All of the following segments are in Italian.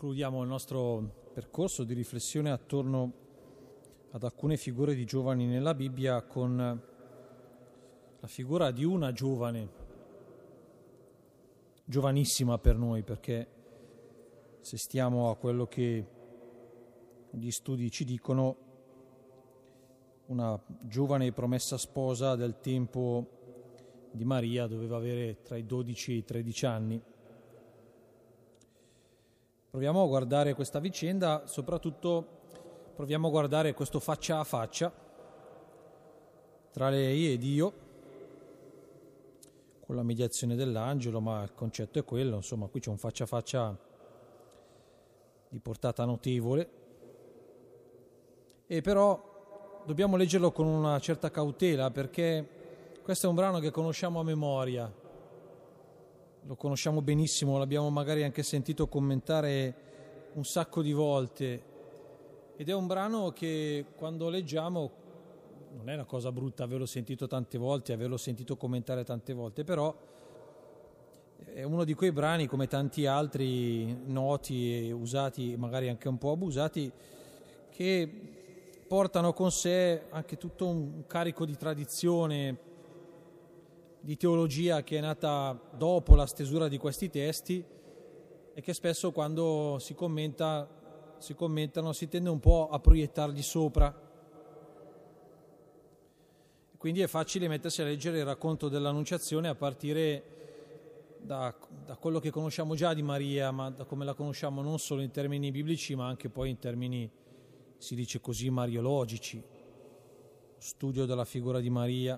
Concludiamo il nostro percorso di riflessione attorno ad alcune figure di giovani nella Bibbia con la figura di una giovane, giovanissima per noi, perché se stiamo a quello che gli studi ci dicono, una giovane e promessa sposa del tempo di Maria doveva avere tra i 12 e i 13 anni. Proviamo a guardare questa vicenda, soprattutto proviamo a guardare questo faccia a faccia tra lei e Dio, con la mediazione dell'angelo, ma il concetto è quello, insomma, qui c'è un faccia a faccia di portata notevole, e però dobbiamo leggerlo con una certa cautela, perché questo è un brano che conosciamo a memoria. Lo conosciamo benissimo, l'abbiamo magari anche sentito commentare un sacco di volte, ed è un brano che quando leggiamo non è una cosa brutta averlo sentito tante volte, averlo sentito commentare tante volte, però è uno di quei brani, come tanti altri noti e usati, magari anche un po' abusati, che portano con sé anche tutto un carico di tradizione, di teologia che è nata dopo la stesura di questi testi, e che spesso quando si commentano si tende un po' a proiettarli sopra. Quindi è facile mettersi a leggere il racconto dell'Annunciazione a partire da quello che conosciamo già di Maria, ma da come la conosciamo non solo in termini biblici, ma anche poi in termini, si dice così, mariologici, studio della figura di Maria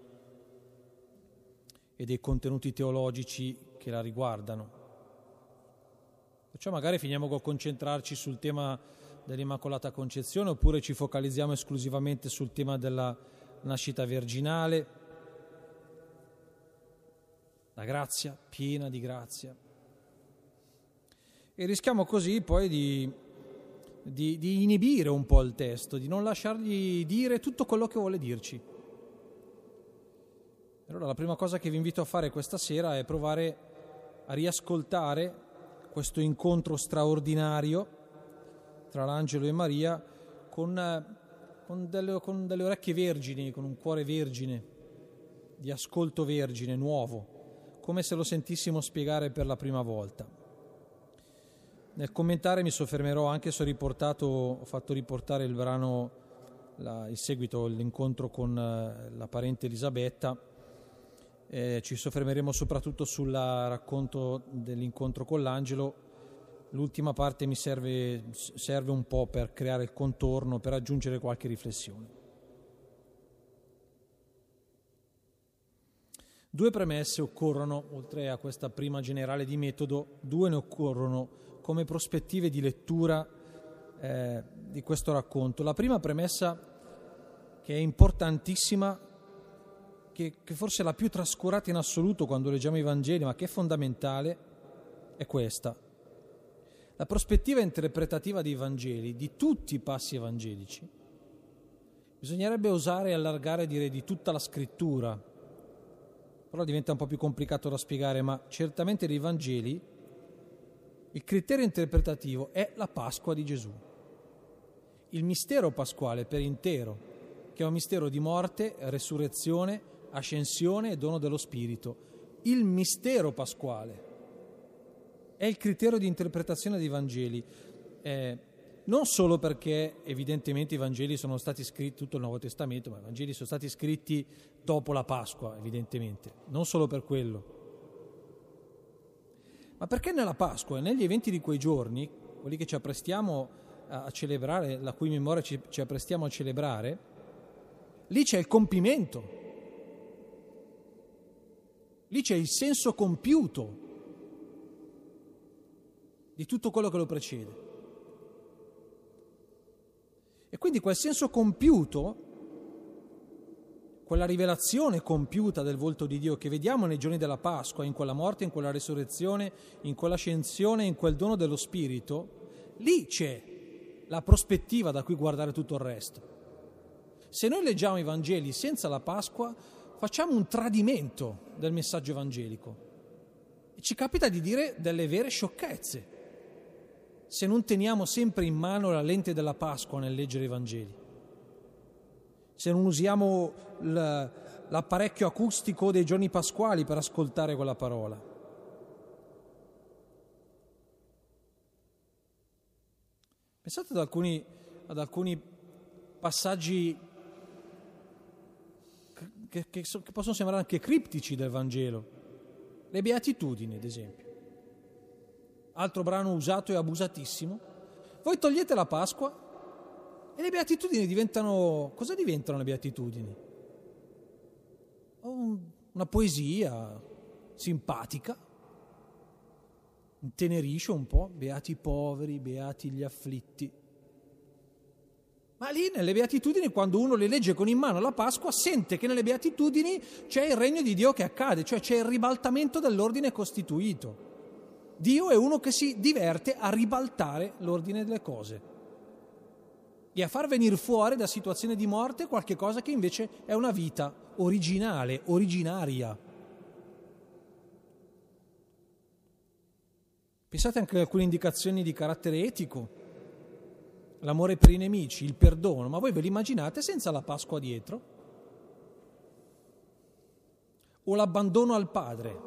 e dei contenuti teologici che la riguardano. Perciò magari finiamo col concentrarci sul tema dell'Immacolata Concezione, oppure ci focalizziamo esclusivamente sul tema della nascita virginale, la grazia, piena di grazia. E rischiamo così poi di inibire un po' il testo, di non lasciargli dire tutto quello che vuole dirci. Allora la prima cosa che vi invito a fare questa sera è provare a riascoltare questo incontro straordinario tra l'angelo e Maria con delle orecchie vergini, con un cuore vergine, di ascolto vergine, nuovo, come se lo sentissimo spiegare per la prima volta. Nel commentare mi soffermerò anche se ho fatto riportare il brano, il seguito, l'incontro con la parente Elisabetta. Ci soffermeremo soprattutto sul racconto dell'incontro con l'angelo. L'ultima parte mi serve un po' per creare il contorno, per aggiungere qualche riflessione. Due premesse occorrono, oltre a questa prima generale di metodo, due ne occorrono come prospettive di lettura di questo racconto. La prima premessa, che è importantissima, che forse è la più trascurata in assoluto quando leggiamo i Vangeli, ma che è fondamentale, è questa. La prospettiva interpretativa dei Vangeli, di tutti i passi evangelici, bisognerebbe osare allargare, direi, di tutta la scrittura, però diventa un po' più complicato da spiegare, ma certamente dei Vangeli il criterio interpretativo è la Pasqua di Gesù, il mistero pasquale per intero, che è un mistero di morte, resurrezione, ascensione e dono dello Spirito. Il mistero pasquale è il criterio di interpretazione dei Vangeli, non solo perché evidentemente i Vangeli sono stati scritti, tutto il Nuovo Testamento, ma i Vangeli sono stati scritti dopo la Pasqua, evidentemente, non solo per quello, ma perché nella Pasqua e negli eventi di quei giorni, quelli che ci apprestiamo a celebrare, la cui memoria ci apprestiamo a celebrare, lì c'è il compimento. Lì c'è il senso compiuto di tutto quello che lo precede. E quindi quel senso compiuto, quella rivelazione compiuta del volto di Dio che vediamo nei giorni della Pasqua, in quella morte, in quella resurrezione, in quell'ascensione, in quel dono dello Spirito, lì c'è la prospettiva da cui guardare tutto il resto. Se noi leggiamo i Vangeli senza la Pasqua, facciamo un tradimento del messaggio evangelico e ci capita di dire delle vere sciocchezze. se non teniamo sempre in mano la lente della Pasqua nel leggere i Vangeli, se non usiamo l'apparecchio acustico dei giorni pasquali per ascoltare quella parola. Pensate ad alcuni passaggi che possono sembrare anche criptici del Vangelo. Le Beatitudini, ad esempio. Altro brano usato e abusatissimo. Voi togliete la Pasqua e le Beatitudini diventano... Cosa diventano le Beatitudini? Una poesia simpatica, intenerisce un po', beati i poveri, beati gli afflitti. Ma lì nelle Beatitudini, quando uno le legge con in mano la Pasqua, sente che nelle Beatitudini c'è il regno di Dio che accade, cioè c'è il ribaltamento dell'ordine costituito. Dio è uno che si diverte a ribaltare l'ordine delle cose e a far venire fuori da situazioni di morte qualche cosa che invece è una vita originale, originaria. Pensate anche ad alcune indicazioni di carattere etico, l'amore per i nemici, il perdono, ma voi ve li immaginate senza la Pasqua dietro? O l'abbandono al Padre,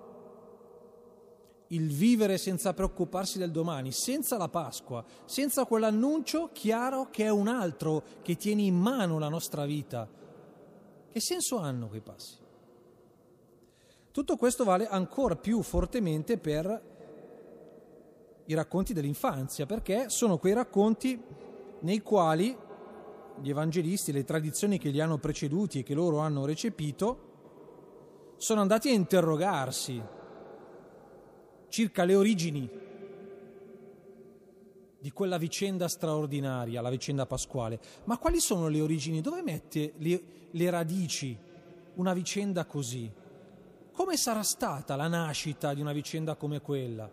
il vivere senza preoccuparsi del domani, senza la Pasqua, senza quell'annuncio chiaro che è un altro che tiene in mano la nostra vita. Che senso hanno quei passi? Tutto questo vale ancora più fortemente per i racconti dell'infanzia, perché sono quei racconti nei quali gli evangelisti, le tradizioni che li hanno preceduti e che loro hanno recepito, sono andati a interrogarsi circa le origini di quella vicenda straordinaria, la vicenda pasquale. Ma quali sono le origini? Dove mette le radici una vicenda così? Come sarà stata la nascita di una vicenda come quella?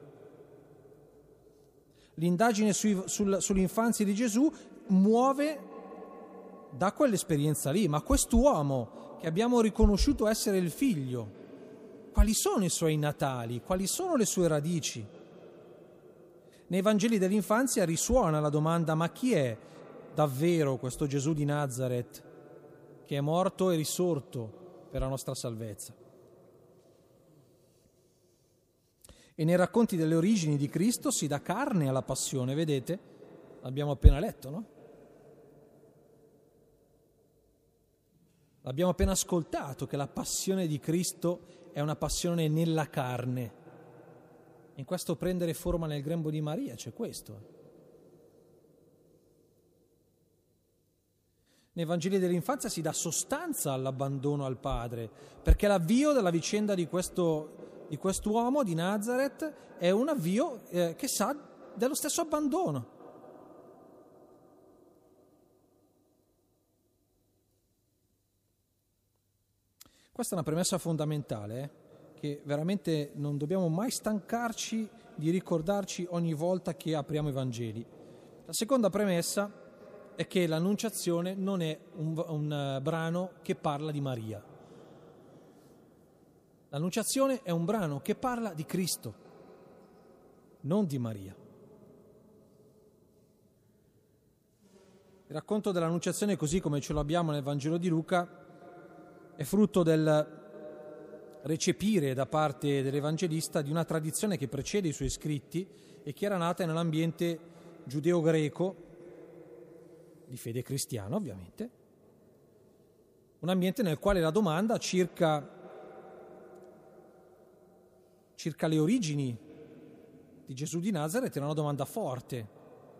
L'indagine sull'infanzia di Gesù muove da quell'esperienza lì, ma quest'uomo che abbiamo riconosciuto essere il figlio, quali sono i suoi natali? Quali sono le sue radici? Nei Vangeli dell'infanzia risuona la domanda: ma chi è davvero questo Gesù di Nazaret che è morto e risorto per la nostra salvezza? E nei racconti delle origini di Cristo si dà carne alla passione, vedete? L'abbiamo appena letto, no? L'abbiamo appena ascoltato che la passione di Cristo è una passione nella carne. In questo prendere forma nel grembo di Maria c'è questo. Nei Vangeli dell'infanzia si dà sostanza all'abbandono al Padre, perché l'avvio della vicenda di quest'uomo di Nazaret è un avvio che sa dello stesso abbandono. Questa è una premessa fondamentale, che veramente non dobbiamo mai stancarci di ricordarci ogni volta che apriamo i Vangeli. La seconda premessa è che l'Annunciazione non è un brano che parla di Maria. L'Annunciazione è un brano che parla di Cristo, non di Maria. Il racconto dell'Annunciazione, così come ce lo abbiamo nel Vangelo di Luca, è frutto del recepire da parte dell'Evangelista di una tradizione che precede i suoi scritti e che era nata nell'ambiente giudeo-greco, di fede cristiana ovviamente, un ambiente nel quale la domanda circa le origini di Gesù di Nazaret era una domanda forte.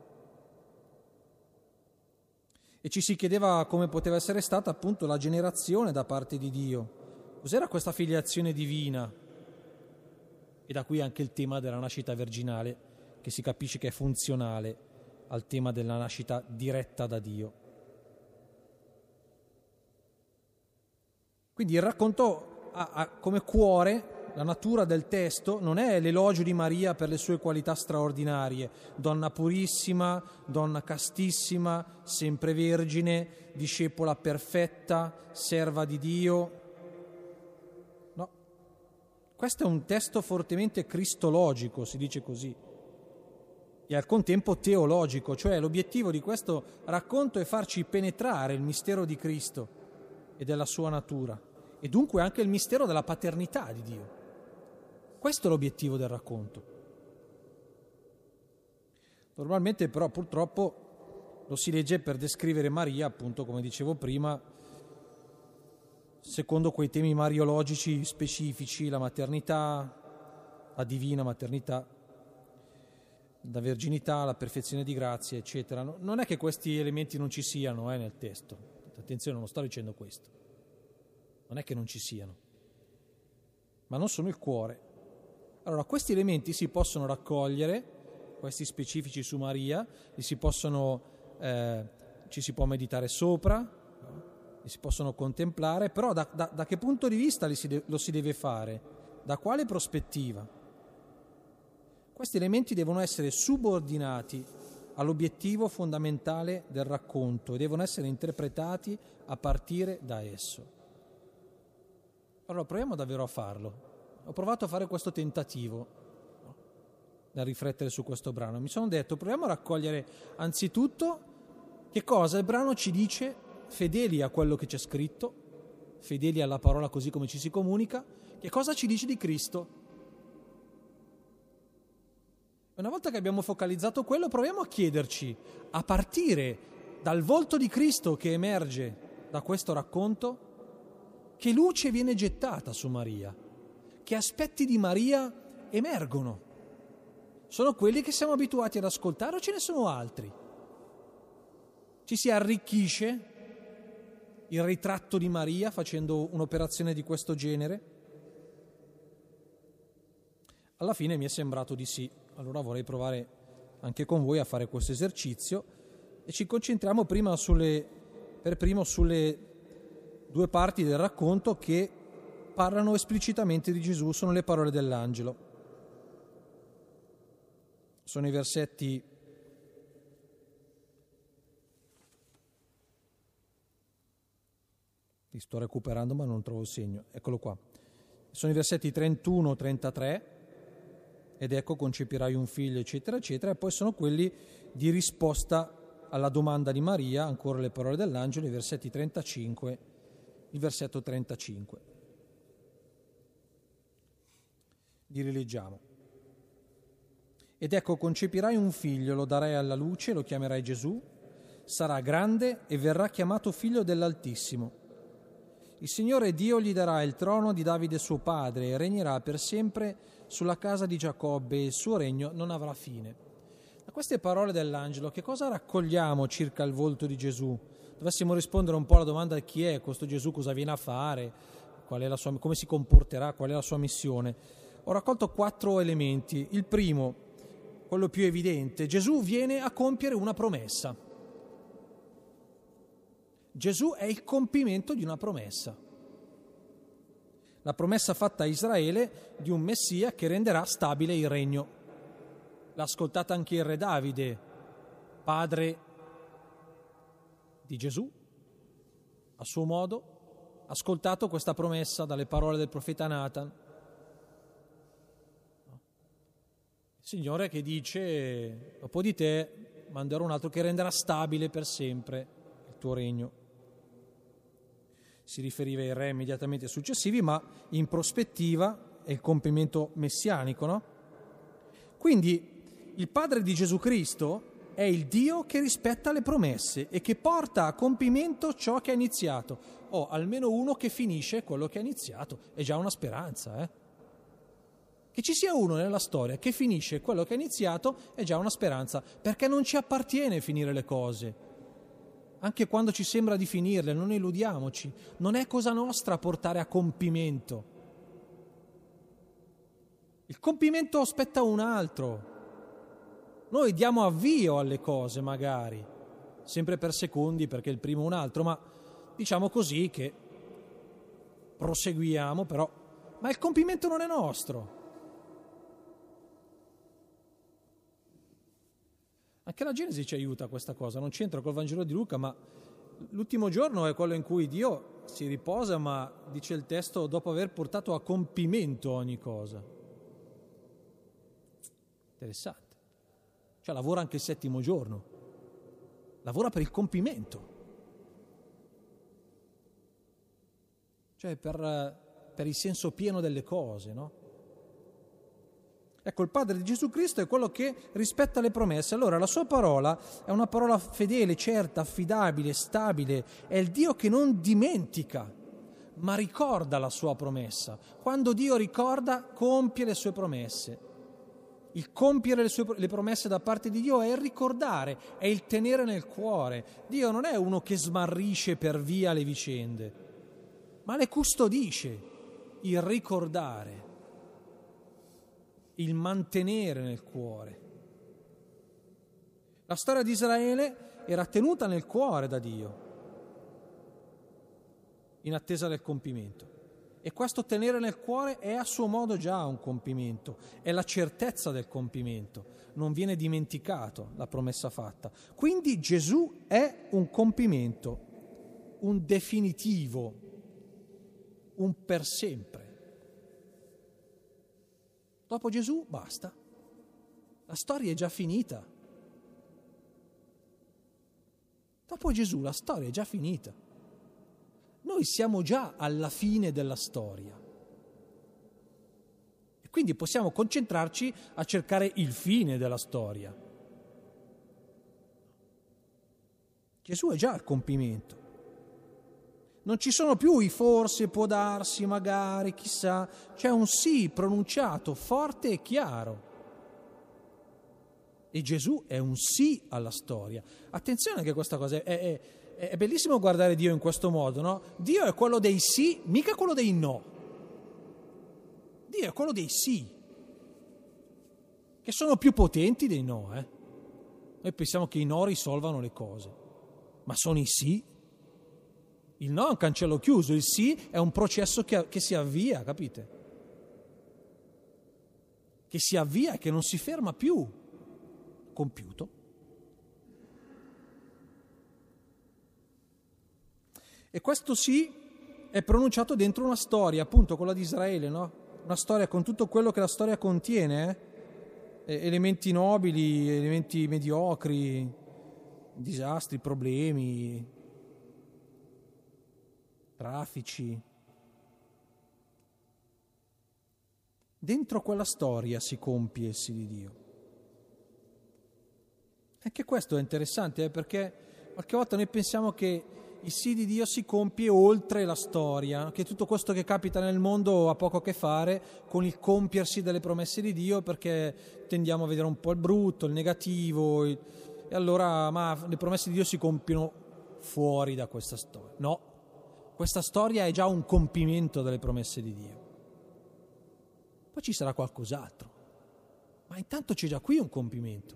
E ci si chiedeva come poteva essere stata appunto la generazione da parte di Dio. Cos'era questa filiazione divina? E da qui anche il tema della nascita virginale, che si capisce che è funzionale al tema della nascita diretta da Dio. Quindi il racconto ha come cuore, la natura del testo, non è l'elogio di Maria per le sue qualità straordinarie, donna purissima, donna castissima, sempre vergine, discepola perfetta, serva di Dio. No, questo è un testo fortemente cristologico, si dice così. e al contempo teologico, cioè l'obiettivo di questo racconto è farci penetrare il mistero di Cristo e della sua natura, e dunque anche il mistero della paternità di Dio. Questo è l'obiettivo del racconto. Normalmente però purtroppo lo si legge per descrivere Maria, appunto come dicevo prima, secondo quei temi mariologici specifici, la maternità, la divina maternità, la verginità, la perfezione di grazia, eccetera. Non è che questi elementi non ci siano nel testo. Attenzione, non sto dicendo questo. Non è che non ci siano, ma non sono il cuore. Allora, questi elementi si possono raccogliere, questi specifici su Maria, ci si può meditare sopra, li si possono contemplare, però da che punto di vista lo si deve fare? Da quale prospettiva? Questi elementi devono essere subordinati all'obiettivo fondamentale del racconto e devono essere interpretati a partire da esso. Allora proviamo davvero a farlo. Ho provato a fare questo tentativo nel riflettere su questo brano. Mi sono detto, proviamo a raccogliere anzitutto che cosa il brano ci dice, fedeli a quello che c'è scritto, fedeli alla parola così come ci si comunica, che cosa ci dice di Cristo. Una volta che abbiamo focalizzato quello, proviamo a chiederci, a partire dal volto di Cristo che emerge da questo racconto, che luce viene gettata su Maria, che aspetti di Maria emergono. Sono quelli che siamo abituati ad ascoltare o ce ne sono altri? Ci si arricchisce il ritratto di Maria facendo un'operazione di questo genere? Alla fine mi è sembrato di sì. Allora vorrei provare anche con voi a fare questo esercizio e ci concentriamo per primo sulle due parti del racconto che parlano esplicitamente di Gesù, sono le parole dell'angelo. Sono i versetti li sto recuperando ma non trovo il segno, eccolo qua. Sono i versetti 31-33 ed ecco concepirai un figlio, eccetera, eccetera, e poi sono quelli di risposta alla domanda di Maria, ancora le parole dell'angelo, i versetti 35, il versetto 35. Li rileggiamo. Ed ecco concepirai un figlio, lo darai alla luce, lo chiamerai Gesù, sarà grande e verrà chiamato figlio dell'Altissimo. Il Signore Dio gli darà il trono di Davide suo padre e regnerà per sempre sulla casa di Giacobbe e il suo regno non avrà fine. Da queste parole dell'angelo che cosa raccogliamo circa il volto di Gesù? Dovessimo rispondere un po' alla domanda di chi è questo Gesù, cosa viene a fare, come si comporterà, qual è la sua missione. Ho raccolto 4 elementi. Il primo, quello più evidente, Gesù viene a compiere una promessa. Gesù è il compimento di una promessa. La promessa fatta a Israele di un Messia che renderà stabile il regno. L'ha ascoltata anche il re Davide, padre di Gesù, a suo modo, ha ascoltato questa promessa dalle parole del profeta Nathan. Il Signore che dice, dopo di te manderò un altro che renderà stabile per sempre il tuo regno. Si riferiva ai re immediatamente successivi, ma in prospettiva è il compimento messianico, no? Quindi il Padre di Gesù Cristo è il Dio che rispetta le promesse e che porta a compimento ciò che ha iniziato. Almeno uno che finisce quello che ha iniziato, è già una speranza, Che ci sia uno nella storia che finisce quello che ha iniziato è già una speranza, perché non ci appartiene finire le cose. Anche quando ci sembra di finirle, non illudiamoci, non è cosa nostra portare a compimento. Il compimento aspetta un altro. Noi diamo avvio alle cose magari, sempre per secondi perché il primo è un altro, ma diciamo così che proseguiamo però, ma il compimento non è nostro. Anche la Genesi ci aiuta a questa cosa, non c'entra col Vangelo di Luca, ma l'ultimo giorno è quello in cui Dio si riposa, ma dice il testo, dopo aver portato a compimento ogni cosa. Interessante. cioè lavora anche il settimo giorno, lavora per il compimento, cioè per il senso pieno delle cose, no? Ecco, il Padre di Gesù Cristo è quello che rispetta le promesse. Allora la sua parola è una parola fedele, certa, affidabile, stabile, è il Dio che non dimentica, ma ricorda la sua promessa. Quando Dio ricorda, compie le sue promesse. Il compiere le promesse da parte di Dio è il ricordare, è il tenere nel cuore. Dio non è uno che smarrisce per via le vicende, ma le custodisce, il ricordare, il mantenere nel cuore. La storia di Israele era tenuta nel cuore da Dio, in attesa del compimento. E questo tenere nel cuore è a suo modo già un compimento, è la certezza del compimento, non viene dimenticato la promessa fatta. Quindi Gesù è un compimento, un definitivo, un per sempre. Dopo Gesù basta, la storia è già finita. Dopo Gesù la storia è già finita. Noi siamo già alla fine della storia e quindi possiamo concentrarci a cercare il fine della storia. Gesù è già al compimento. Non ci sono più i forse, può darsi, magari, chissà. C'è un sì pronunciato, forte e chiaro. E Gesù è un sì alla storia. Attenzione che questa cosa è bellissimo guardare Dio in questo modo, no? Dio è quello dei sì, mica quello dei no. Dio è quello dei sì, che sono più potenti dei no. Noi pensiamo che i no risolvano le cose, ma sono i sì. Il no è un cancello chiuso, il sì è un processo che si avvia, capite? Che si avvia e che non si ferma più, compiuto. E questo sì è pronunciato dentro una storia, appunto quella di Israele, no? Una storia con tutto quello che la storia contiene, elementi nobili, elementi mediocri, disastri, problemi, traffici. Dentro quella storia si compie il sì di Dio. Anche questo è interessante, perché qualche volta noi pensiamo che il sì di Dio si compie oltre la storia, che tutto questo che capita nel mondo ha poco a che fare con il compiersi delle promesse di Dio, perché tendiamo a vedere un po' il brutto, il negativo, e allora le promesse di Dio si compiono fuori da questa storia. No, questa storia è già un compimento delle promesse di Dio. Poi ci sarà qualcos'altro, ma intanto c'è già qui un compimento.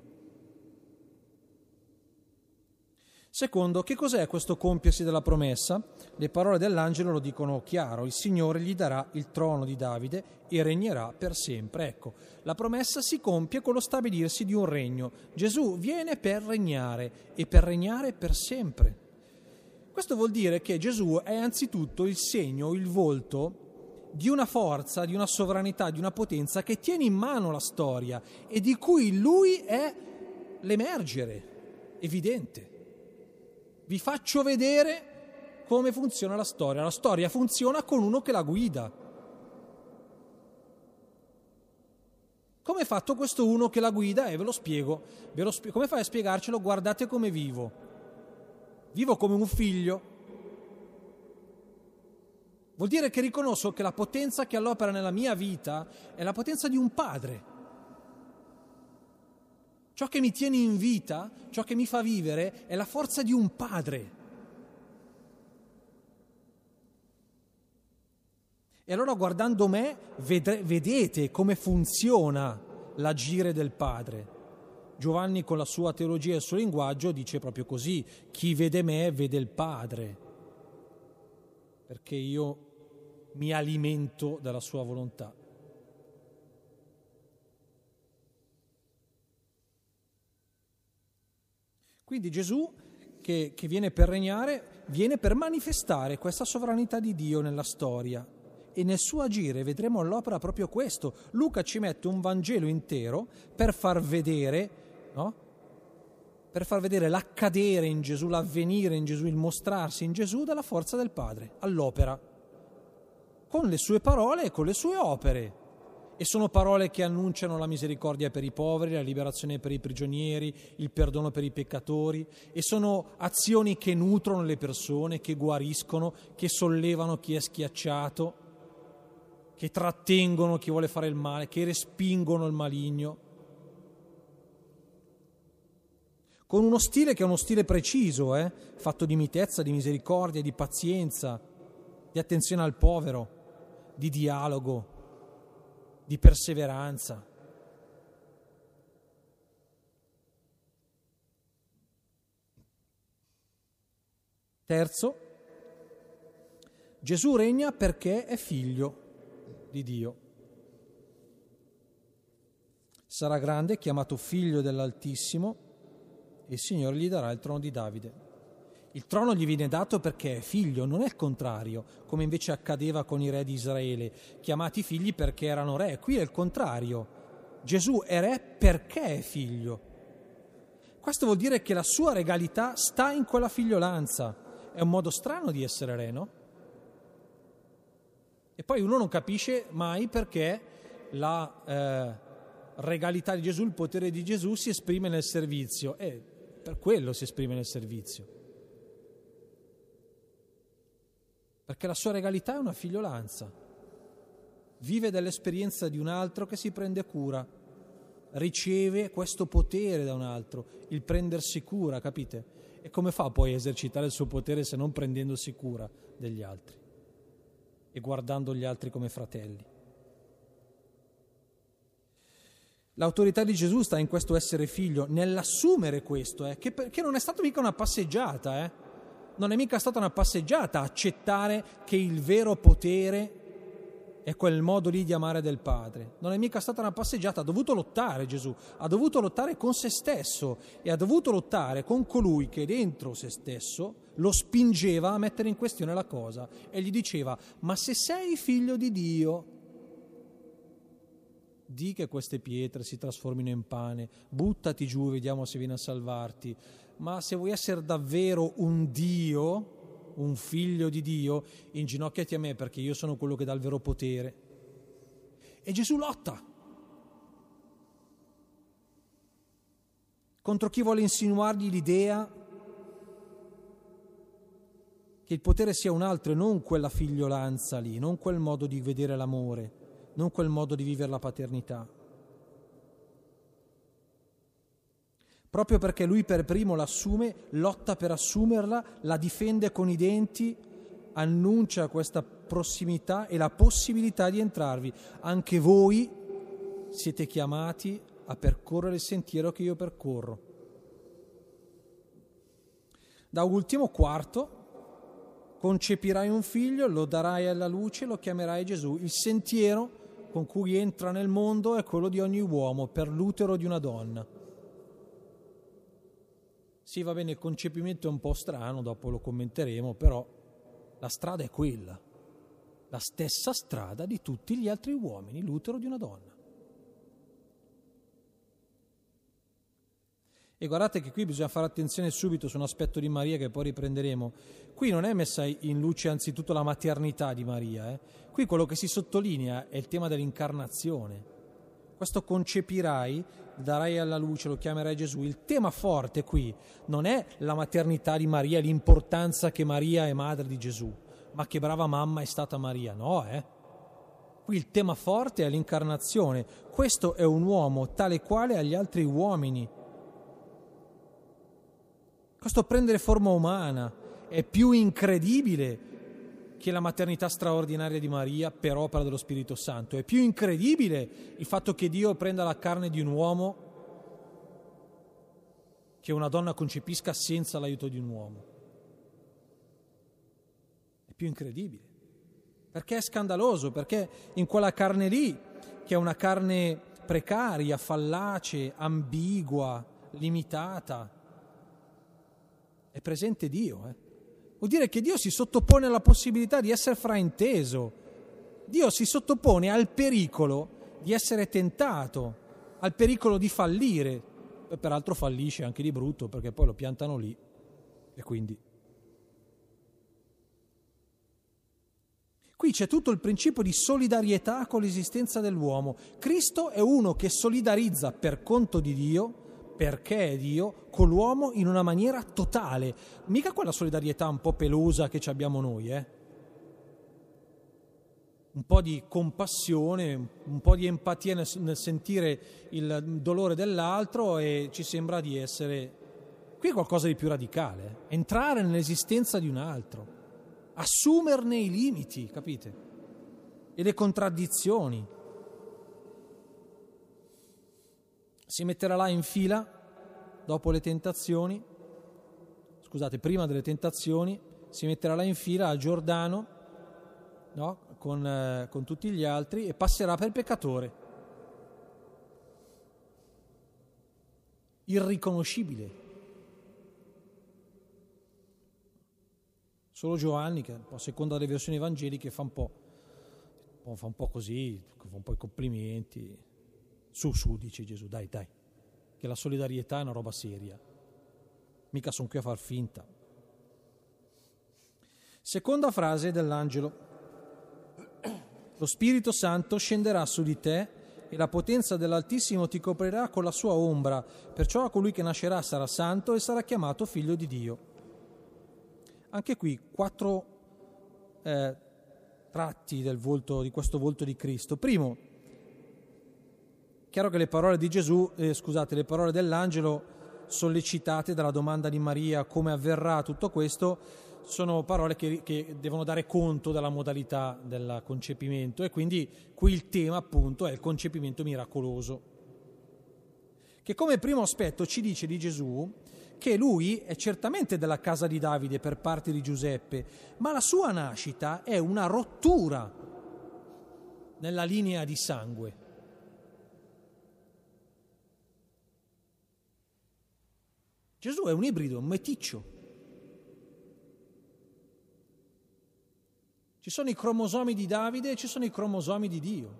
Secondo, che cos'è questo compiersi della promessa? Le parole dell'angelo lo dicono chiaro: il Signore gli darà il trono di Davide e regnerà per sempre. Ecco, la promessa si compie con lo stabilirsi di un regno. Gesù viene per regnare e per regnare per sempre. Questo vuol dire che Gesù è anzitutto il segno, il volto di una forza, di una sovranità, di una potenza che tiene in mano la storia e di cui lui è l'emergere evidente. Vi faccio vedere come funziona la storia. La storia funziona con uno che la guida. Come è fatto questo uno che la guida? Ve lo spiego. Come fai a spiegarcelo? Guardate come vivo. Vivo come un figlio. Vuol dire che riconosco che la potenza che all'opera nella mia vita è la potenza di un padre. Ciò che mi tiene in vita, ciò che mi fa vivere, è la forza di un padre. E allora guardando me vedete come funziona l'agire del padre. Giovanni con la sua teologia e il suo linguaggio dice proprio così: chi vede me vede il padre, perché io mi alimento della sua volontà. Quindi Gesù, che viene per regnare, viene per manifestare questa sovranità di Dio nella storia. E nel suo agire vedremo all'opera proprio questo. Luca ci mette un Vangelo intero per far vedere, no, per far vedere l'accadere in Gesù, l'avvenire in Gesù, il mostrarsi in Gesù della forza del Padre, all'opera, con le sue parole e con le sue opere. E sono parole che annunciano la misericordia per i poveri, la liberazione per i prigionieri, il perdono per i peccatori, e sono azioni che nutrono le persone, che guariscono, che sollevano chi è schiacciato, che trattengono chi vuole fare il male, che respingono il maligno. Con uno stile che è uno stile preciso, fatto di mitezza, di misericordia, di pazienza, di attenzione al povero, di dialogo, di perseveranza. Terzo, Gesù regna perché è figlio di Dio. Sarà grande, chiamato figlio dell'Altissimo, e il Signore gli darà il trono di Davide. Il trono gli viene dato perché è figlio, non è il contrario, come invece accadeva con i re di Israele, chiamati figli perché erano re. Qui è il contrario. Gesù è re perché è figlio. Questo vuol dire che la sua regalità sta in quella figliolanza. È un modo strano di essere re, no? E poi uno non capisce mai perché la regalità di Gesù, il potere di Gesù si esprime nel servizio. E per quello si esprime nel servizio. Perché la sua regalità è una figliolanza. Vive dell'esperienza di un altro che si prende cura, riceve questo potere da un altro, il prendersi cura, capite? E come fa poi a esercitare il suo potere se non prendendosi cura degli altri e guardando gli altri come fratelli? L'autorità di Gesù sta in questo essere figlio, nell'assumere questo, che non è stata mica una passeggiata, Non è mica stata una passeggiata accettare che il vero potere è quel modo lì di amare del Padre. Non è mica stata una passeggiata, ha dovuto lottare Gesù, ha dovuto lottare con se stesso e ha dovuto lottare con colui che dentro se stesso lo spingeva a mettere in questione la cosa e gli diceva: ma se sei figlio di Dio, di che queste pietre si trasformino in pane, buttati giù e vediamo se viene a salvarti. Ma se vuoi essere davvero un Dio, un figlio di Dio, inginocchiati a me perché io sono quello che dà il vero potere. E Gesù lotta contro chi vuole insinuargli l'idea che il potere sia un altro e non quella figliolanza lì, non quel modo di vedere l'amore, non quel modo di vivere la paternità. Proprio perché lui per primo l'assume, lotta per assumerla, la difende con i denti, annuncia questa prossimità e la possibilità di entrarvi. Anche voi siete chiamati a percorrere il sentiero che io percorro. Da ultimo, quarto, concepirai un figlio, lo darai alla luce, lo chiamerai Gesù. Il sentiero con cui entra nel mondo è quello di ogni uomo, per l'utero di una donna. Sì, va bene, il concepimento è un po' strano, dopo lo commenteremo, però la strada è quella, la stessa strada di tutti gli altri uomini, l'utero di una donna. E guardate che qui bisogna fare attenzione subito su un aspetto di Maria che poi riprenderemo. Qui non è messa in luce anzitutto la maternità di Maria, Qui quello che si sottolinea è il tema dell'incarnazione. Questo concepirai, darai alla luce, lo chiamerai Gesù. Il tema forte qui non è la maternità di Maria, l'importanza che Maria è madre di Gesù, ma che brava mamma è stata Maria, no, Qui il tema forte è l'incarnazione. Questo è un uomo tale quale agli altri uomini. Questo prendere forma umana è più incredibile che la maternità straordinaria di Maria per opera dello Spirito Santo. È più incredibile il fatto che Dio prenda la carne di un uomo, che una donna concepisca senza l'aiuto di un uomo. È più incredibile. Perché è scandaloso, perché in quella carne lì, che è una carne precaria, fallace, ambigua, limitata, è presente Dio, Vuol dire che Dio si sottopone alla possibilità di essere frainteso. Dio si sottopone al pericolo di essere tentato, al pericolo di fallire, e peraltro fallisce anche di brutto, perché poi lo piantano lì e quindi... Qui c'è tutto il principio di solidarietà con l'esistenza dell'uomo. Cristo è uno che solidarizza per conto di Dio, perché è Dio, con l'uomo in una maniera totale. Mica quella solidarietà un po' pelosa che ci abbiamo noi, Un po' di compassione, un po' di empatia nel sentire il dolore dell'altro, e ci sembra di essere... Qui è qualcosa di più radicale, entrare nell'esistenza di un altro, assumerne i limiti, capite? E le contraddizioni. Si metterà là in fila dopo le tentazioni, scusate, prima delle tentazioni, si metterà là in fila al Giordano, no? Con tutti gli altri, e passerà per peccatore, irriconoscibile. Solo Giovanni, che a seconda delle versioni evangeliche fa un po' così, fa un po' i complimenti. Su, dice Gesù, dai, che la solidarietà è una roba seria. Mica sono qui a far finta. Seconda frase dell'angelo. Lo Spirito Santo scenderà su di te e la potenza dell'Altissimo ti coprirà con la sua ombra. Perciò a colui che nascerà sarà santo e sarà chiamato figlio di Dio. Anche qui 4 tratti di questo volto di Cristo. Primo, chiaro che le parole di Gesù, le parole dell'angelo sollecitate dalla domanda di Maria, come avverrà tutto questo, sono parole che devono dare conto della modalità del concepimento, e quindi qui il tema appunto è il concepimento miracoloso, che come primo aspetto ci dice di Gesù che lui è certamente della casa di Davide per parte di Giuseppe, ma la sua nascita è una rottura nella linea di sangue. Gesù è un ibrido, un meticcio. Ci sono i cromosomi di Davide e ci sono i cromosomi di Dio.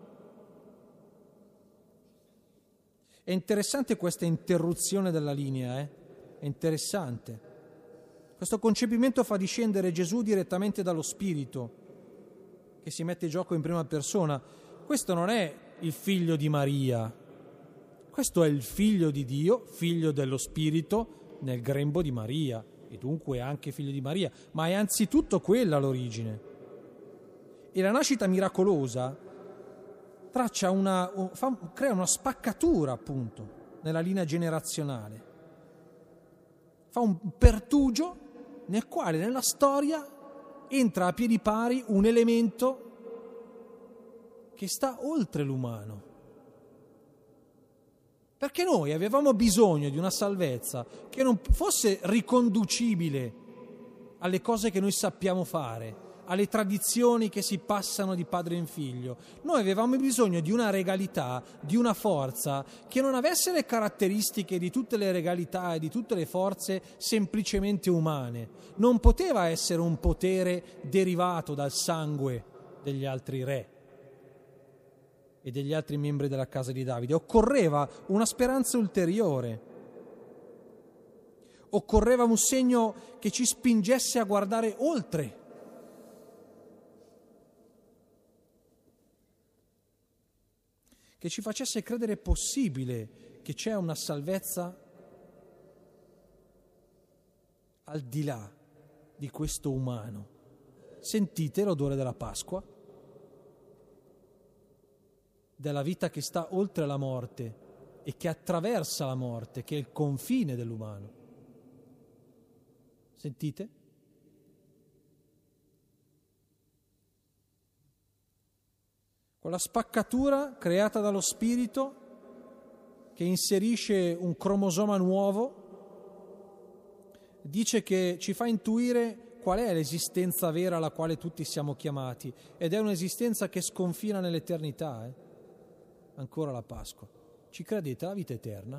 È interessante questa interruzione della linea, È interessante. Questo concepimento fa discendere Gesù direttamente dallo Spirito, che si mette in gioco in prima persona. Questo non è il figlio di Maria, questo è il figlio di Dio, figlio dello Spirito, nel grembo di Maria, e dunque anche figlio di Maria, ma è anzitutto quella l'origine. E la nascita miracolosa crea una spaccatura, appunto, nella linea generazionale. Fa un pertugio nel quale nella storia entra a piedi pari un elemento che sta oltre l'umano. Perché noi avevamo bisogno di una salvezza che non fosse riconducibile alle cose che noi sappiamo fare, alle tradizioni che si passano di padre in figlio. Noi avevamo bisogno di una regalità, di una forza che non avesse le caratteristiche di tutte le regalità e di tutte le forze semplicemente umane. Non poteva essere un potere derivato dal sangue degli altri re e degli altri membri della casa di Davide. Occorreva una speranza ulteriore. Occorreva un segno che ci spingesse a guardare oltre. Che ci facesse credere possibile che c'è una salvezza al di là di questo umano. Sentite l'odore della Pasqua, della vita che sta oltre la morte e che attraversa la morte, che è il confine dell'umano. Sentite? Con la spaccatura creata dallo Spirito, che inserisce un cromosoma nuovo, dice che ci fa intuire qual è l'esistenza vera alla quale tutti siamo chiamati, ed è un'esistenza che sconfina nell'eternità. Ancora la Pasqua. Ci credete alla vita eterna?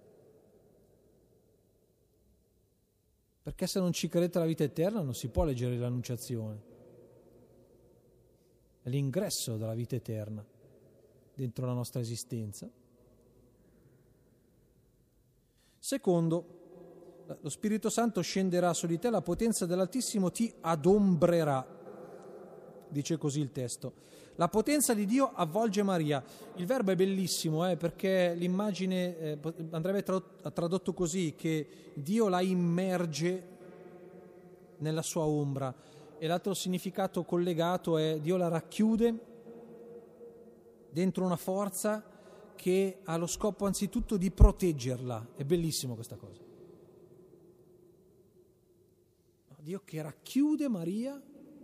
Perché se non ci credete alla vita eterna non si può leggere l'Annunciazione. È l'ingresso della vita eterna dentro la nostra esistenza. Secondo, lo Spirito Santo scenderà su di te, la potenza dell'Altissimo ti adombrerà. Dice così il testo. La potenza di Dio avvolge Maria. Il verbo è bellissimo perché l'immagine andrebbe tradotto così, che Dio la immerge nella sua ombra, e l'altro significato collegato è Dio la racchiude dentro una forza che ha lo scopo anzitutto di proteggerla. È bellissimo questa cosa. Dio che racchiude Maria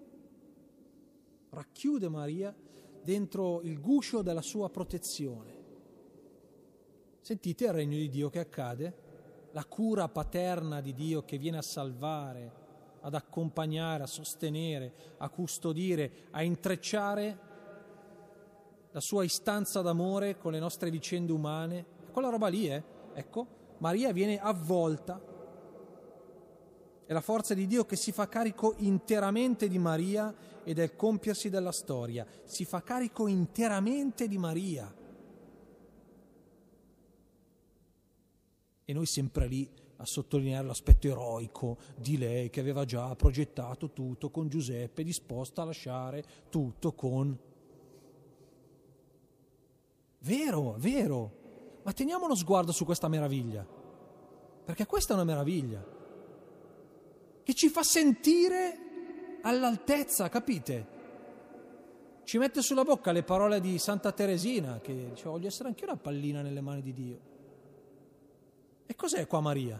dentro il guscio della sua protezione. Sentite il regno di Dio che accade? La cura paterna di Dio che viene a salvare, ad accompagnare, a sostenere, a custodire, a intrecciare la sua istanza d'amore con le nostre vicende umane. Quella roba lì, ecco, Maria viene avvolta. È la forza di Dio che si fa carico interamente di Maria e del compiersi della storia. Si fa carico interamente di Maria. E noi sempre lì a sottolineare l'aspetto eroico di lei che aveva già progettato tutto con Giuseppe, disposta a lasciare tutto con... Vero, ma teniamo uno sguardo su questa meraviglia, perché questa è una meraviglia che ci fa sentire all'altezza, capite? Ci mette sulla bocca le parole di Santa Teresina, che diceva: voglio essere anche una pallina nelle mani di Dio. E cos'è qua Maria?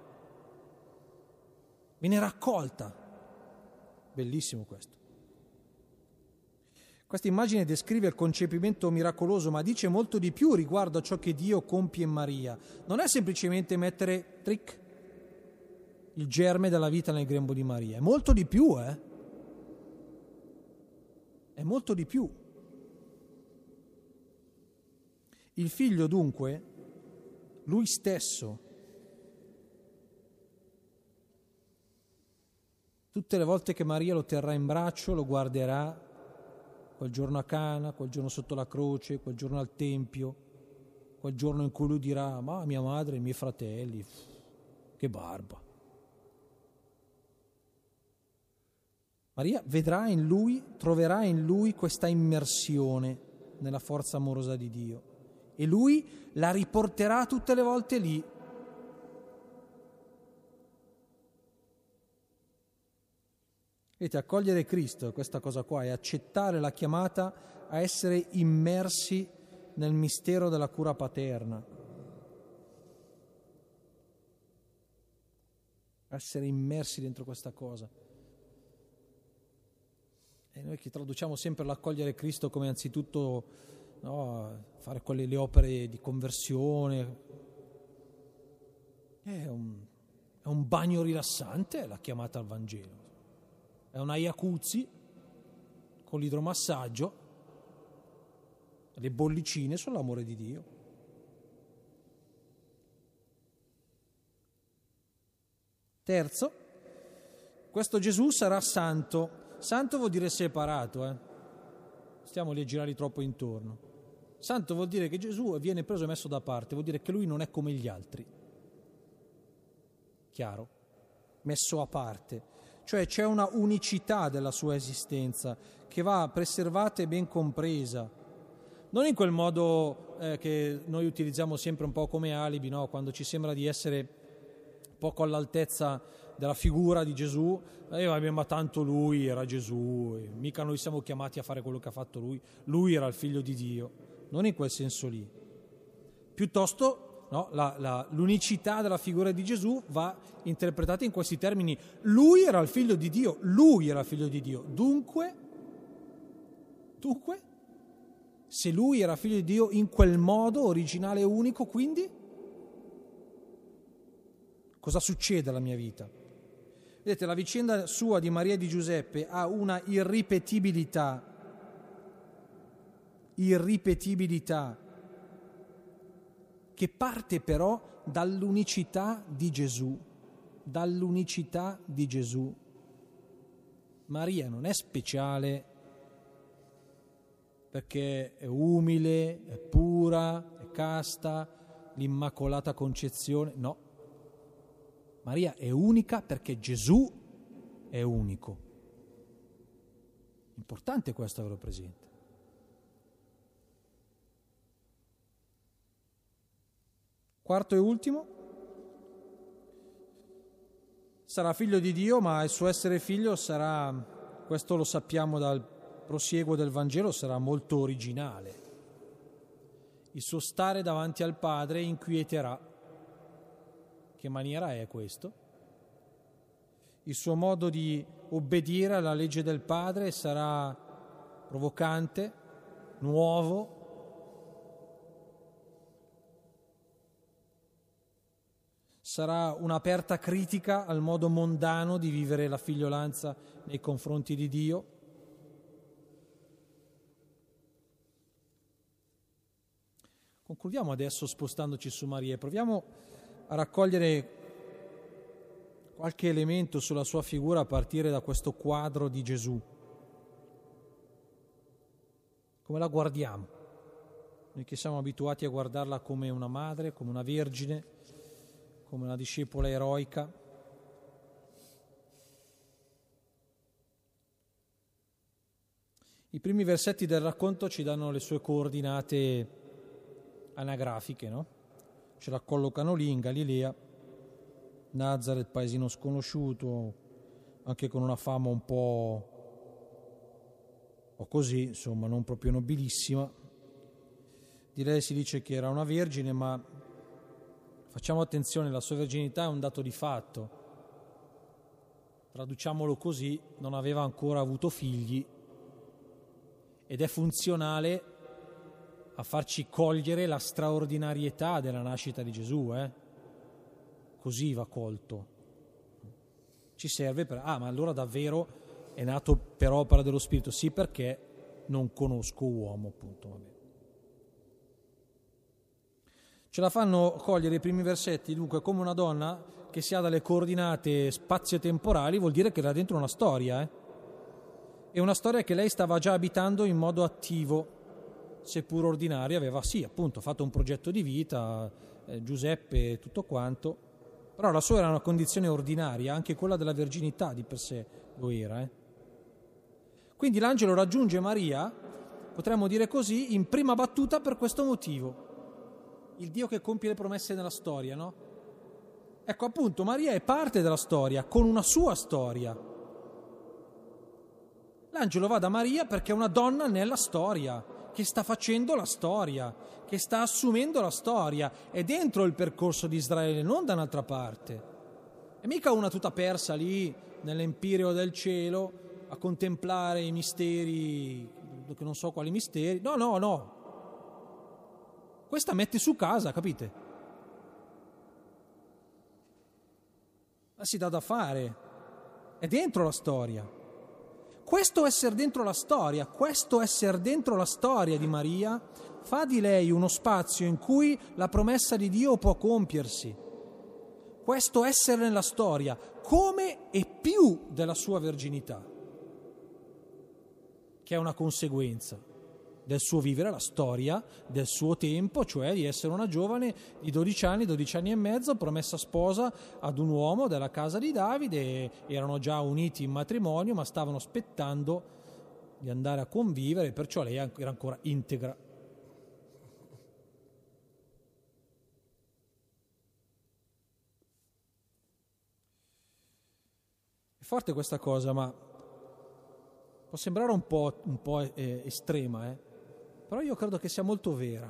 Viene raccolta. Bellissimo questo. Questa immagine descrive il concepimento miracoloso, ma dice molto di più riguardo a ciò che Dio compie in Maria. Non è semplicemente mettere il germe della vita nel grembo di Maria, è molto di più, È molto di più. Il figlio dunque, lui stesso, tutte le volte che Maria lo terrà in braccio, lo guarderà, quel giorno a Cana, quel giorno sotto la croce, quel giorno al Tempio, quel giorno in cui lui dirà: ma mia madre e i miei fratelli, che barba. Maria vedrà in lui, troverà in lui questa immersione nella forza amorosa di Dio, e lui la riporterà tutte le volte lì. Vedete, accogliere Cristo, questa cosa qua, è accettare la chiamata a essere immersi nel mistero della cura paterna. Essere immersi dentro questa cosa. E noi che traduciamo sempre l'accogliere Cristo come anzitutto fare le opere di conversione. È un bagno rilassante la chiamata al Vangelo. È una jacuzzi con l'idromassaggio, le bollicine sull'amore di Dio. Terzo, questo Gesù sarà santo. Santo vuol dire separato, Stiamo lì a girare troppo intorno. Santo vuol dire che Gesù viene preso e messo da parte, vuol dire che lui non è come gli altri. Chiaro? Messo a parte. Cioè c'è una unicità della sua esistenza che va preservata e ben compresa. Non in quel modo che noi utilizziamo sempre un po' come alibi, no? Quando ci sembra di essere poco all'altezza della figura di Gesù, ma tanto lui era Gesù, mica noi siamo chiamati a fare quello che ha fatto lui era il figlio di Dio. Non in quel senso lì. Piuttosto, no, l'unicità della figura di Gesù va interpretata in questi termini: lui era il figlio di Dio, dunque, se lui era figlio di Dio in quel modo originale e unico, quindi cosa succede alla mia vita? Vedete, la vicenda sua di Maria e di Giuseppe ha una irripetibilità che parte però dall'unicità di Gesù. Maria non è speciale perché è umile, è pura, è casta, l'Immacolata Concezione, no. Maria è unica perché Gesù è unico. Importante questo averlo presente. Quarto e ultimo, sarà figlio di Dio, ma il suo essere figlio sarà, questo lo sappiamo dal prosieguo del Vangelo, sarà molto originale. Il suo stare davanti al Padre inquieterà. Che maniera è questo? Il suo modo di obbedire alla legge del Padre sarà provocante, nuovo. Sarà un'aperta critica al modo mondano di vivere la figliolanza nei confronti di Dio. Concludiamo adesso spostandoci su Maria e proviamo a raccogliere qualche elemento sulla sua figura a partire da questo quadro di Gesù. Come la guardiamo? Noi che siamo abituati a guardarla come una madre, come una vergine, come una discepola eroica. I primi versetti del racconto ci danno le sue coordinate anagrafiche, no? Ce la collocano lì in Galilea, Nazaret, paesino sconosciuto, anche con una fama un po' o così, insomma, non proprio nobilissima. Di lei si dice che era una vergine, ma facciamo attenzione, la sua verginità è un dato di fatto. Traduciamolo così, non aveva ancora avuto figli ed è funzionale a farci cogliere la straordinarietà della nascita di Gesù, Così va colto. Ci serve per... ma allora davvero è nato per opera dello Spirito? Sì, perché non conosco uomo, appunto. Vabbè. Ce la fanno cogliere i primi versetti, dunque, come una donna che si ha dalle coordinate spazio-temporali, vuol dire che era dentro una storia, E una storia che lei stava già abitando in modo attivo, seppur ordinario, aveva sì, appunto, fatto un progetto di vita, Giuseppe e tutto quanto, però la sua era una condizione ordinaria, anche quella della verginità di per sé lo era, Quindi l'angelo raggiunge Maria, potremmo dire così, in prima battuta per questo motivo. Il Dio che compie le promesse nella storia, no? Ecco, appunto, Maria è parte della storia, con una sua storia. L'angelo va da Maria perché è una donna nella storia, che sta facendo la storia, che sta assumendo la storia, è dentro il percorso di Israele, non da un'altra parte. È mica una tutta persa lì, nell'empireo del cielo, a contemplare i misteri, che non so quali misteri. No. Questa mette su casa, capite? Ma si dà da fare. È dentro la storia. Questo essere dentro la storia di Maria fa di lei uno spazio in cui la promessa di Dio può compiersi. Questo essere nella storia, come e più della sua verginità, che è una conseguenza del suo vivere la storia del suo tempo, cioè di essere una giovane di 12 anni e mezzo, promessa sposa ad un uomo della casa di Davide, erano già uniti in matrimonio, ma stavano aspettando di andare a convivere, perciò lei era ancora integra. È forte questa cosa, ma può sembrare un po' estrema, però io credo che sia molto vera.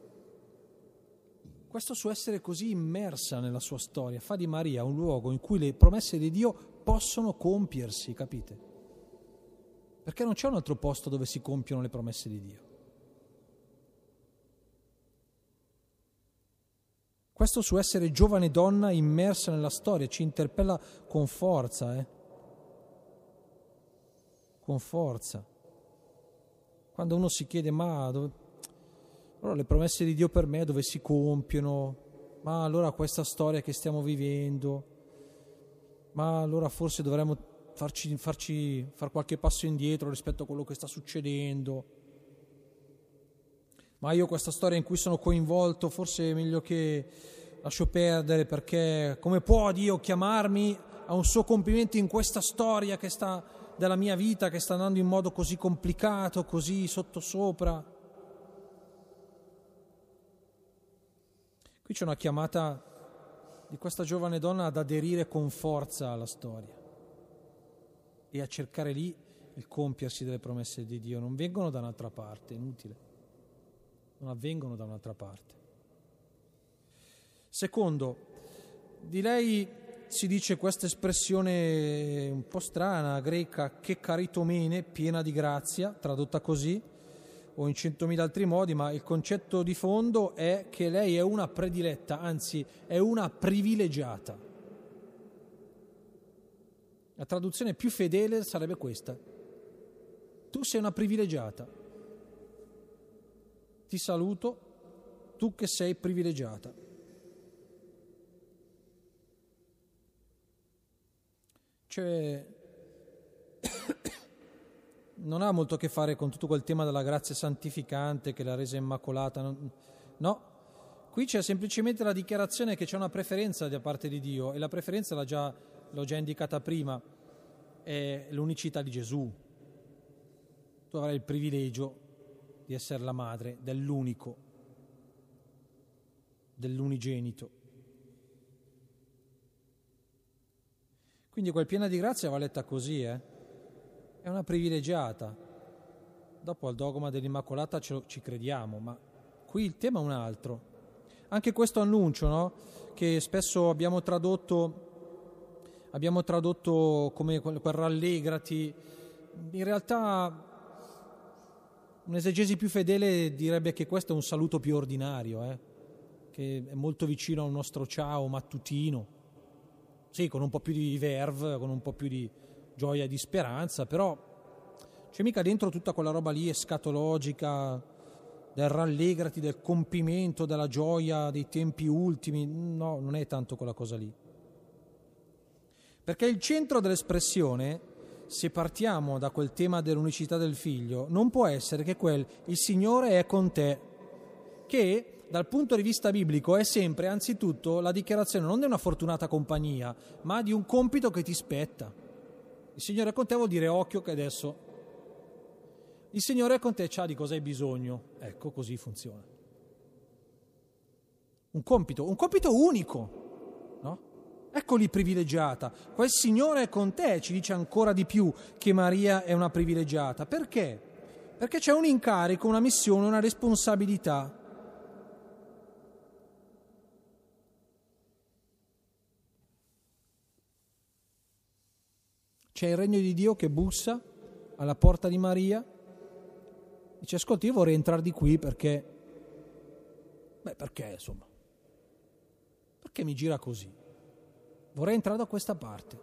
Questo suo essere così immersa nella sua storia fa di Maria un luogo in cui le promesse di Dio possono compiersi, capite? Perché non c'è un altro posto dove si compiono le promesse di Dio. Questo suo essere giovane donna immersa nella storia ci interpella con forza, con forza. Quando uno si chiede, allora le promesse di Dio per me dove si compiono? Ma allora questa storia che stiamo vivendo? Ma allora forse dovremmo far qualche passo indietro rispetto a quello che sta succedendo? Ma io questa storia in cui sono coinvolto, forse è meglio che lascio perdere, perché come può Dio chiamarmi a un suo compimento in questa storia della mia vita che sta andando in modo così complicato, così sottosopra. Qui c'è una chiamata di questa giovane donna ad aderire con forza alla storia e a cercare lì il compiersi delle promesse di Dio. Non vengono da un'altra parte, è inutile. Non avvengono da un'altra parte. Secondo, di lei si dice questa espressione un po' strana, greca, che caritomene, piena di grazia, tradotta così, o in 100.000 altri modi, ma il concetto di fondo è che lei è una prediletta, anzi è una privilegiata. La traduzione più fedele sarebbe questa: tu sei una privilegiata. Ti saluto, tu che sei privilegiata. Cioè, non ha molto a che fare con tutto quel tema della grazia santificante che l'ha resa immacolata. No, qui c'è semplicemente la dichiarazione che c'è una preferenza da parte di Dio, e la preferenza l'ho già indicata prima, è l'unicità di Gesù. Tu avrai il privilegio di essere la madre dell'unico, dell'unigenito. Quindi quel piena di grazia va letta così, È una privilegiata. Dopo al dogma dell'Immacolata ci crediamo, ma qui il tema è un altro. Anche questo annuncio, no? Che spesso abbiamo tradotto come quel rallegrati. In realtà un'esegesi più fedele direbbe che questo è un saluto più ordinario, che è molto vicino al nostro ciao mattutino. Sì, con un po' più di verve, con un po' più di gioia e di speranza, però c'è mica dentro tutta quella roba lì escatologica del rallegrati, del compimento, della gioia dei tempi ultimi. No, non è tanto quella cosa lì. Perché il centro dell'espressione, se partiamo da quel tema dell'unicità del figlio, non può essere che il Signore è con te, che dal punto di vista biblico è sempre anzitutto la dichiarazione non di una fortunata compagnia, ma di un compito che ti spetta. Il Signore è con te vuol dire occhio che adesso il Signore è con te, c'ha di cosa hai bisogno. Ecco, così funziona. Un compito unico, no? Ecco lì privilegiata. Quel Signore è con te, ci dice ancora di più che Maria è una privilegiata. Perché? Perché c'è un incarico, una missione, una responsabilità. C'è il regno di Dio che bussa alla porta di Maria. Dice, ascolta, io vorrei entrare di qui perché insomma? Perché mi gira così? Vorrei entrare da questa parte.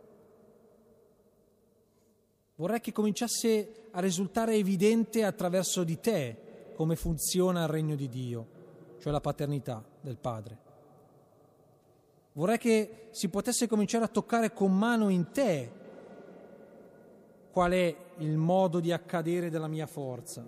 Vorrei che cominciasse a risultare evidente attraverso di te come funziona il regno di Dio, cioè la paternità del Padre. Vorrei che si potesse cominciare a toccare con mano in te qual è il modo di accadere della mia forza.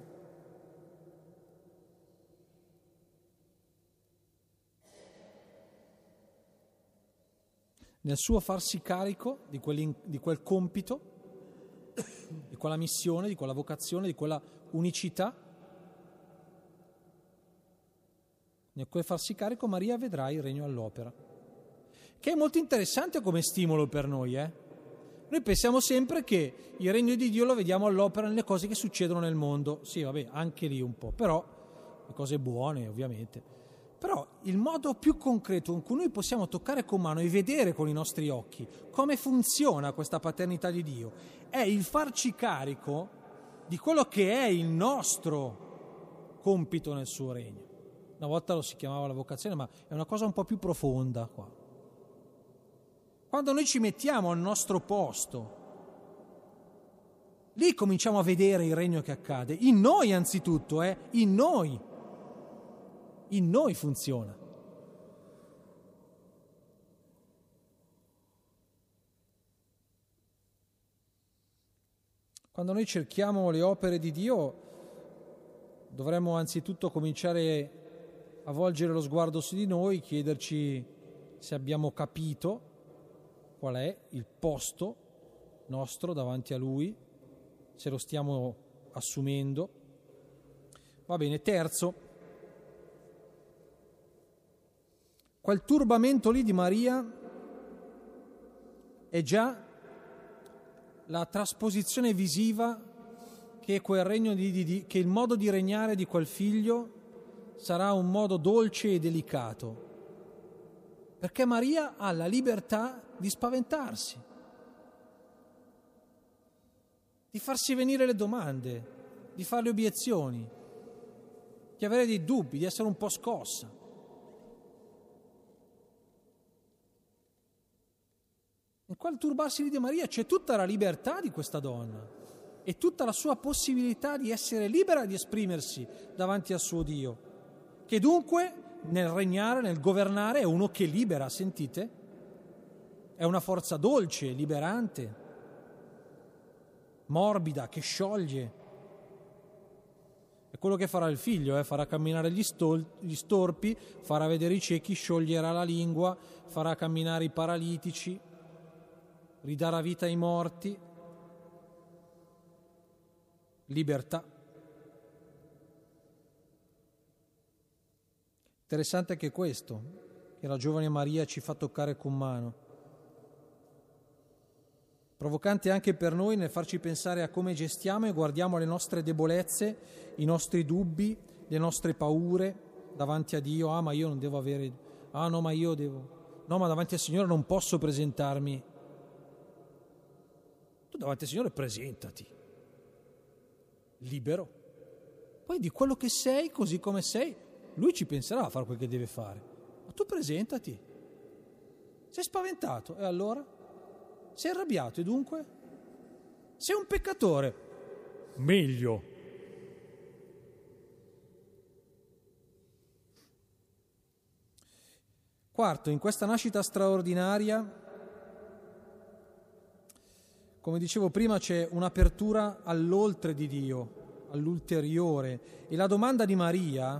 Nel suo farsi carico di quel compito, di quella missione, di quella vocazione, di quella unicità, nel quel farsi carico Maria vedrà il regno all'opera. Che è molto interessante come stimolo per noi, Noi pensiamo sempre che il regno di Dio lo vediamo all'opera nelle cose che succedono nel mondo. Sì, vabbè, anche lì un po', però le cose buone, ovviamente. Però il modo più concreto in cui noi possiamo toccare con mano e vedere con i nostri occhi come funziona questa paternità di Dio è il farci carico di quello che è il nostro compito nel suo regno. Una volta lo si chiamava la vocazione, ma è una cosa un po' più profonda qua. Quando noi ci mettiamo al nostro posto, lì cominciamo a vedere il regno che accade. In noi anzitutto, in noi funziona. Quando noi cerchiamo le opere di Dio, dovremmo anzitutto cominciare a volgere lo sguardo su di noi, chiederci se abbiamo capito qual è il posto nostro davanti a Lui, se lo stiamo assumendo. Va bene, terzo, quel turbamento lì di Maria è già la trasposizione visiva che quel regno che il modo di regnare di quel figlio sarà un modo dolce e delicato, perché Maria ha la libertà di spaventarsi, di farsi venire le domande, di fare le obiezioni, di avere dei dubbi, di essere un po' scossa. In quel turbarsi di Maria c'è tutta la libertà di questa donna e tutta la sua possibilità di essere libera di esprimersi davanti al suo Dio, che dunque nel regnare, nel governare è uno che libera, sentite? È una forza dolce, liberante, morbida, che scioglie. È quello che farà il figlio, farà camminare gli storpi, farà vedere i ciechi, scioglierà la lingua, farà camminare i paralitici, ridarà vita ai morti. Libertà. Interessante anche questo, che la giovane Maria ci fa toccare con mano. Provocante anche per noi nel farci pensare a come gestiamo e guardiamo le nostre debolezze, i nostri dubbi, le nostre paure davanti a Dio. Ah, ma io non devo avere... Ah, no, ma io devo... No, ma davanti al Signore non posso presentarmi. Tu davanti al Signore presentati. Libero. Poi di quello che sei, così come sei, Lui ci penserà a fare quel che deve fare. Ma tu presentati. Sei spaventato, e allora? Sei arrabbiato, e dunque? Sei un peccatore. Meglio. Quarto, in questa nascita straordinaria, come dicevo prima, c'è un'apertura all'oltre di Dio, all'ulteriore. E la domanda di Maria,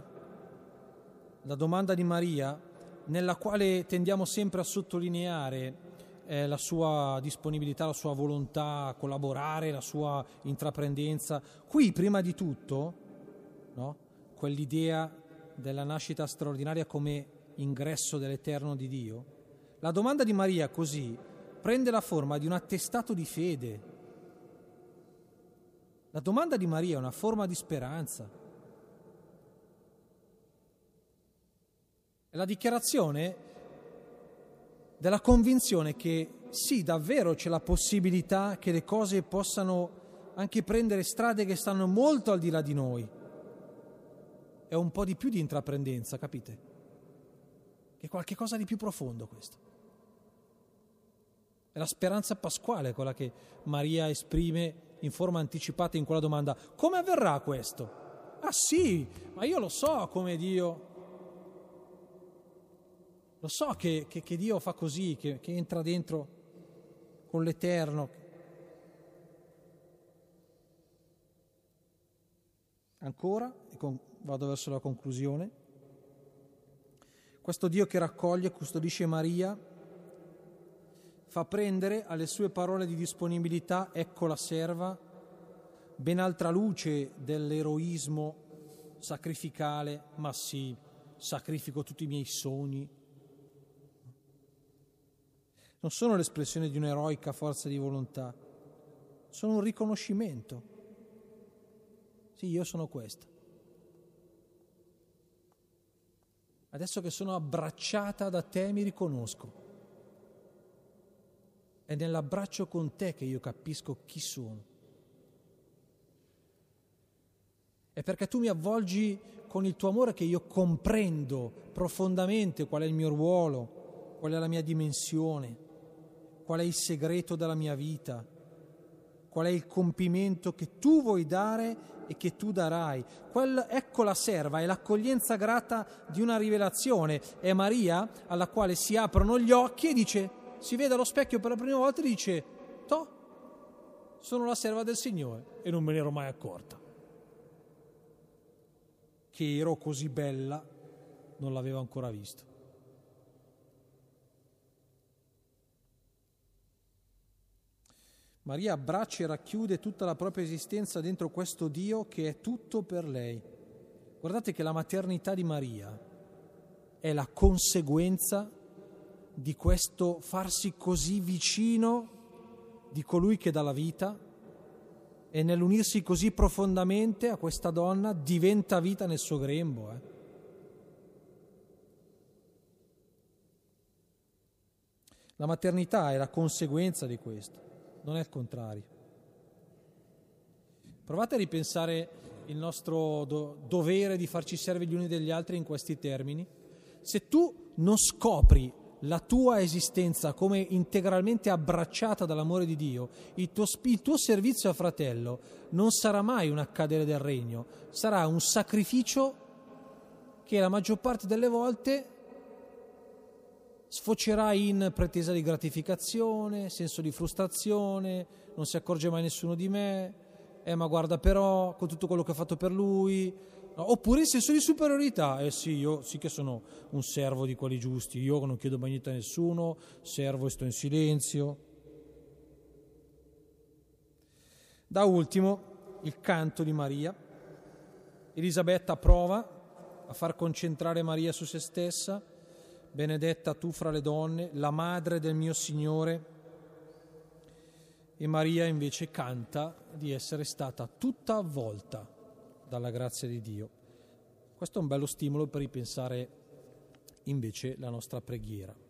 nella quale tendiamo sempre a sottolineare la sua disponibilità, la sua volontà a collaborare, la sua intraprendenza. Qui, prima di tutto, no? Quell'idea della nascita straordinaria come ingresso dell'Eterno di Dio. La domanda di Maria così prende la forma di un attestato di fede. La domanda di Maria è una forma di speranza. È la dichiarazione della convinzione che sì, davvero c'è la possibilità che le cose possano anche prendere strade che stanno molto al di là di noi. È un po' di più di intraprendenza, capite? Che è qualche cosa di più profondo questo. È la speranza pasquale quella che Maria esprime in forma anticipata in quella domanda. Come avverrà questo? Ah sì, ma io lo so come Dio... Lo so che Dio fa così, che entra dentro con l'Eterno. Ancora, vado verso la conclusione. Questo Dio che raccoglie e custodisce Maria fa prendere alle sue parole di disponibilità, ecco la serva, ben altra luce dell'eroismo sacrificale, ma sì, sacrifico tutti i miei sogni. Non sono l'espressione di un'eroica forza di volontà, sono un riconoscimento. Sì, io sono questo. Adesso che sono abbracciata da te mi riconosco. È nell'abbraccio con te che io capisco chi sono. È perché tu mi avvolgi con il tuo amore che io comprendo profondamente qual è il mio ruolo, qual è la mia dimensione, qual è il segreto della mia vita, qual è il compimento che tu vuoi dare e che tu darai. Ecco la serva, è l'accoglienza grata di una rivelazione. È Maria alla quale si aprono gli occhi e dice... Si vede allo specchio per la prima volta e dice: Toh, sono la serva del Signore e non me ne ero mai accorta. Che ero così bella non l'aveva ancora visto. Maria abbraccia e racchiude tutta la propria esistenza dentro questo Dio che è tutto per lei. Guardate che la maternità di Maria è la conseguenza di questo farsi così vicino di colui che dà la vita, e nell'unirsi così profondamente a questa donna diventa vita nel suo grembo. La maternità è la conseguenza di questo, non è il contrario. Provate a ripensare il nostro dovere di farci servi gli uni degli altri in questi termini. Se tu non scopri la tua esistenza come integralmente abbracciata dall'amore di Dio, il tuo servizio a fratello non sarà mai un accadere del regno, sarà un sacrificio che la maggior parte delle volte sfocerà in pretesa di gratificazione, senso di frustrazione, non si accorge mai nessuno di me, ma guarda però, con tutto quello che ho fatto per lui, no, oppure il senso di superiorità, sì, io sì che sono un servo di quelli giusti, io non chiedo mai niente a nessuno, servo e sto in silenzio. Da ultimo, il canto di Maria. Elisabetta prova a far concentrare Maria su se stessa. Benedetta tu fra le donne, la madre del mio Signore. E Maria invece canta di essere stata tutta avvolta dalla grazia di Dio. Questo è un bello stimolo per ripensare invece la nostra preghiera.